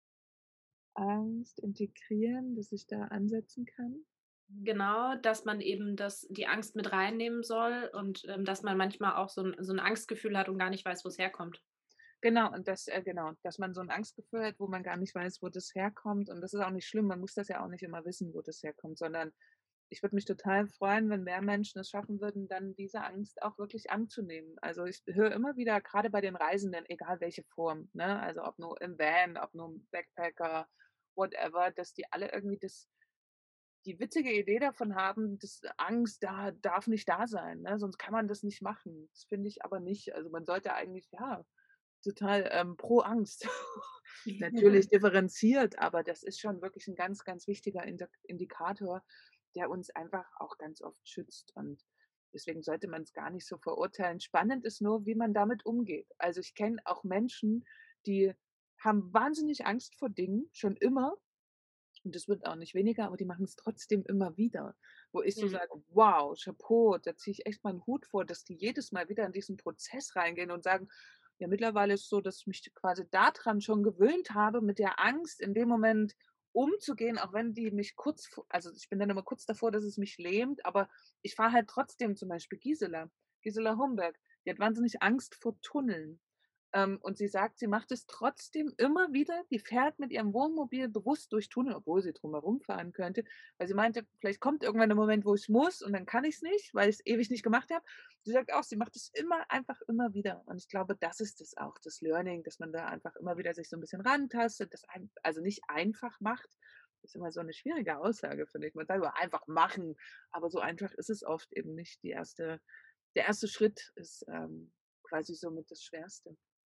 Angst integrieren, dass ich da ansetzen kann? Genau, dass man eben das die Angst mit reinnehmen soll und, ähm, dass man manchmal auch so 'n so 'n Angstgefühl hat und gar nicht weiß, wo's herkommt. Genau, und das äh, genau, dass man so 'n Angstgefühl hat, wo man gar nicht weiß, wo das herkommt. Und das ist auch nicht schlimm. Man muss das ja auch nicht immer wissen, wo das herkommt, sondern ich würde mich total freuen, wenn mehr Menschen es schaffen würden, dann diese Angst auch wirklich anzunehmen. Also, ich höre immer wieder, grade bei den Reisenden, egal welche Form, ne, also ob nur im Van, ob nur im Backpacker, whatever, dass die alle irgendwie das die witzige Idee davon haben, dass Angst da darf nicht da sein, ne, sonst kann man das nicht machen. Das finde ich aber nicht. Also, man sollte eigentlich, ja, total, ähm, pro Angst. Natürlich differenziert, aber das ist schon wirklich 'n ganz, ganz wichtiger Indak Indikator, der uns einfach auch ganz oft schützt. Und deswegen sollte man's gar nicht so verurteilen. Spannend ist nur, wie man damit umgeht. Also, ich kenne auch Menschen, die haben wahnsinnig Angst vor Dingen, schon immer. Und das wird auch nicht weniger, aber die machen's trotzdem immer wieder, wo ich so Mhm. sage: „Wow, Chapeau, da ziehe ich echt meinen Hut vor, dass die jedes Mal wieder in diesen Prozess reingehen und sagen: ‚Ja, mittlerweile ist es so, dass ich mich quasi da dran schon gewöhnt habe, mit der Angst in dem Moment umzugehen, auch wenn die mich kurz v also, ich bin dann immer kurz davor, dass es mich lähmt, aber ich fahre halt trotzdem.‘“ Zum Beispiel Gisela, Gisela Homberg, die hat wahnsinnig Angst vor Tunneln. Ähm, und sie sagt, sie macht es trotzdem immer wieder. Die fährt mit ihrem Wohnmobil bewusst durch Tunnel, obwohl sie drum herum fahren könnte, weil sie meinte: „Vielleicht kommt irgendwann der Moment, wo ich muss und dann kann ich's nicht, weil ich's ewig nicht gemacht habe.“ Sie sagt auch, sie macht es immer einfach immer wieder. Und ich glaube, das ist es auch, das Learning, dass man da einfach immer wieder sich so 'n bisschen rantastet, das ein also, nicht einfach macht. Ist immer so 'ne schwierige Aussage, finde ich. Man sagt immer: „Einfach machen“, aber so einfach ist es oft eben nicht. Die erste der erste Schritt ist, ähm, quasi somit das Schwerste.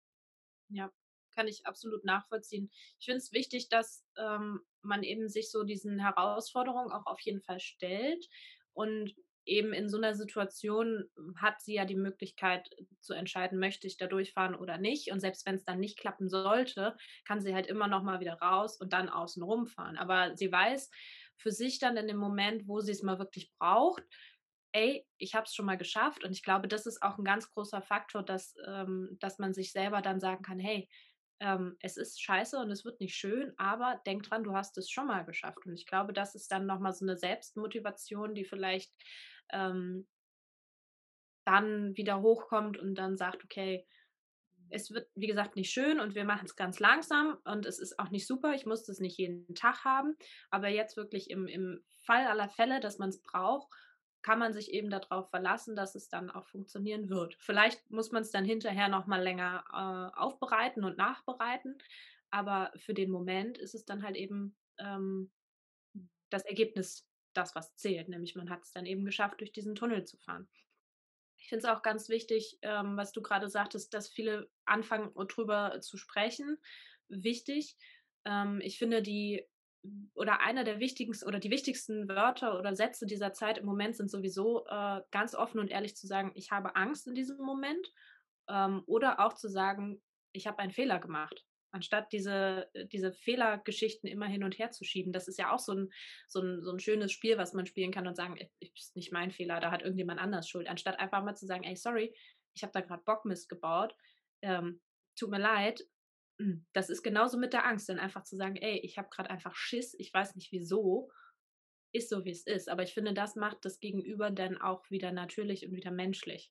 Ja, kann ich absolut nachvollziehen. Ich finde es wichtig, dass, ähm, man eben sich so diesen Herausforderungen auch auf jeden Fall stellt. Und eben in so 'ner Situation hat sie ja die Möglichkeit zu entscheiden: „Möchte ich da durchfahren oder nicht?“ Und selbst wenn's dann nicht klappen sollte, kann sie halt immer noch mal wieder raus und dann außen rumfahren. Aber sie weiß für sich dann in dem Moment, wo sie's mal wirklich braucht: „Ey, ich habe es schon mal geschafft.“ Und ich glaube, das ist auch 'n ganz großer Faktor, dass ähm, dass man sich selber dann sagen kann: „Hey, ähm, es ist scheiße und es wird nicht schön, aber denk dran, du hast es schon mal geschafft.“ Und ich glaube, das ist dann noch mal so 'ne Selbstmotivation, die vielleicht, ähm dann wieder hochkommt und dann sagt: „Okay“ es wird, wie gesagt, nicht schön und wir machen es ganz langsam und es ist auch nicht super. Ich muss das nicht jeden Tag haben, aber jetzt wirklich im im Fall aller Fälle, dass man es braucht, kann man sich eben darauf verlassen, dass es dann auch funktionieren wird. Vielleicht muss man es dann hinterher noch mal länger, äh, aufbereiten und nachbereiten, aber für den Moment ist es dann halt eben, ähm, das Ergebnis das, was zählt, nämlich man hat es dann eben geschafft, durch diesen Tunnel zu fahren. Ich finde es auch ganz wichtig, ähm, was du gerade sagtest, dass viele anfangen, drüber zu sprechen. Wichtig. Ähm, ich finde die oder einer der wichtigsten oder die wichtigsten Wörter oder Sätze dieser Zeit im Moment sind sowieso, äh, ganz offen und ehrlich zu sagen: „Ich habe Angst in diesem Moment“, ähm, oder auch zu sagen: „Ich habe einen Fehler gemacht“, anstatt diese äh, diese Fehlergeschichten immer hin und her zu schieben. Das ist ja auch so 'n so 'n so 'n schönes Spiel, was man spielen kann und sagen: „I ist nicht mein Fehler, da hat irgendjemand anders Schuld“, anstatt einfach mal zu sagen: „Ey, sorry, ich habe da grad Bockmist gebaut. Ähm, tut mir leid.“ Hm, das ist genauso mit der Angst, dann einfach zu sagen: „Ey, ich habe grad einfach Schiss, ich weiß nicht wieso, ist so, wie's ist.“ Aber ich finde, das macht das Gegenüber dann auch wieder natürlich und wieder menschlich.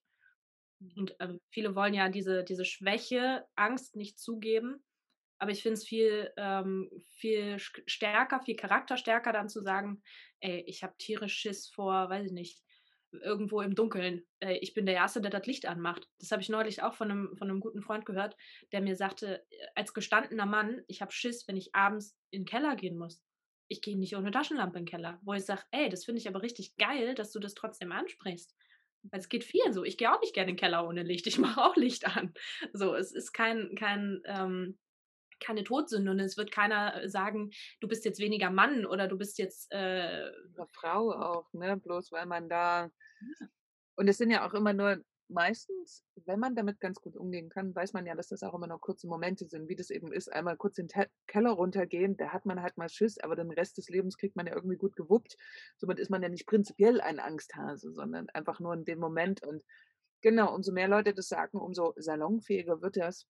Und, ähm, viele wollen ja diese diese Schwäche, Angst nicht zugeben, aber ich finde es viel, ähm viel sch stärker, viel charakterstärker dann zu sagen: „Ey, ich habe tierisch Schiss vor, weiß ich nicht, irgendwo im Dunkeln. Äh, ich bin der Erste, der das Licht anmacht.“ Das habe ich neulich auch von 'nem von 'nem guten Freund gehört, der mir sagte, äh, als gestandener Mann: „Ich habe Schiss, wenn ich abends in 'n Keller gehen muss. Ich gehe nicht ohne Taschenlampe in 'n Keller.“ Wo ich sage: „Ey, das finde ich aber richtig geil, dass du das trotzdem ansprichst.“ Weil es geht vielen so. Ich gehe auch nicht gerne in 'n Keller ohne Licht. Ich mache auch Licht an. So, es ist kein kein, ähm keine Todsünde und es wird keiner, äh, sagen: „Du bist jetzt weniger Mann“ oder „Du bist jetzt, äh“ 'Ne Frau auch, ne? Bloß weil man da Ja. und es sind ja auch immer nur meistens, wenn man damit ganz gut umgehen kann, weiß man ja, dass das auch immer nur kurze Momente sind, wie das eben ist, einmal kurz in Te Keller runtergehen, da hat man halt mal Schiss, aber den Rest des Lebens kriegt man ja irgendwie gut gewuppt. Somit ist man ja nicht prinzipiell ein Angsthase, sondern einfach nur in dem Moment und genau, umso mehr Leute das sagen, umso salonfähiger wird das.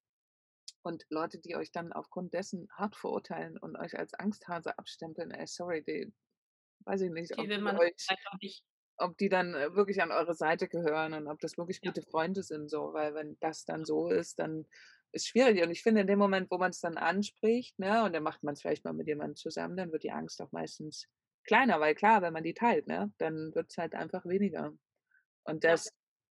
Und Leute, die euch dann aufgrund dessen hart verurteilen und euch als Angsthase abstempeln, ey, sorry, die weiß ich nicht, Die ob will die man euch vielleicht auch nicht. ob die dann, äh, wirklich an eure Seite gehören und ob das wirklich Ja. gute Freunde sind so, weil wenn das dann so ist, dann ist schwierig. Und ich finde, in dem Moment, wo man's dann anspricht, ne, und dann macht man's vielleicht mal mit jemandem zusammen, dann wird die Angst auch meistens kleiner, weil klar, wenn man die teilt, ne, dann wird's halt einfach weniger. Und Ja. das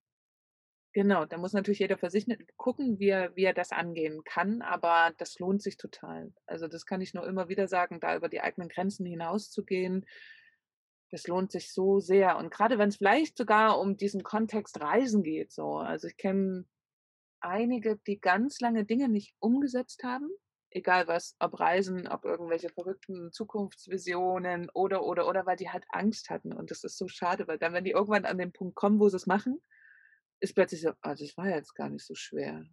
genau, da muss natürlich jeder für sich 'ne gucken, wie er wie er das angehen kann, aber das lohnt sich total. Also, das kann ich nur immer wieder sagen, da über die eigenen Grenzen hinauszugehen das lohnt sich so sehr. Und grade wenn's vielleicht sogar um diesen Kontext Reisen geht so. Also, ich kenne einige, die ganz lange Dinge nicht umgesetzt haben, egal was, ob Reisen, ob irgendwelche verrückten Zukunftsvisionen oder, oder, oder, weil die halt Angst hatten. Und das ist so schade, weil dann, wenn die irgendwann an den Punkt kommen, wo sie's machen, ist plötzlich so: „Ah, das war ja jetzt gar nicht so schwer.“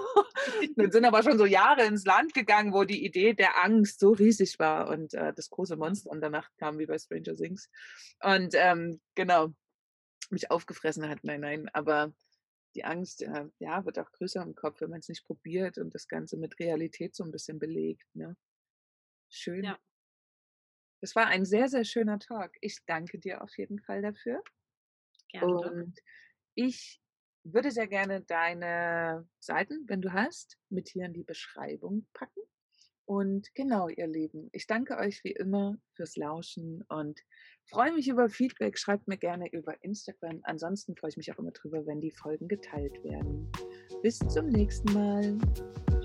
Dann sind aber schon so Jahre ins Land gegangen, wo die Idee der Angst so riesig war und, äh, das große Ja. Monster in der Nacht kam wie bei Stranger Things. Und, ähm, genau, mich aufgefressen hat. Nein, nein, aber die Angst, äh, ja, wird auch größer im Kopf, wenn man's nicht probiert und das Ganze mit Realität so 'n bisschen belegt, ne? Schön. Ja. Es war ein sehr, sehr schöner Talk. Ich danke dir auf jeden Fall dafür. Gerne doch. Und ich würde sehr gerne deine Seiten, wenn du hast, mit hier in die Beschreibung packen. Und genau, ihr Lieben, ich danke euch wie immer fürs Lauschen und freue mich über Feedback. Schreibt mir gerne über Instagram. Ansonsten freue ich mich auch immer drüber, wenn die Folgen geteilt werden. Bis zum nächsten Mal.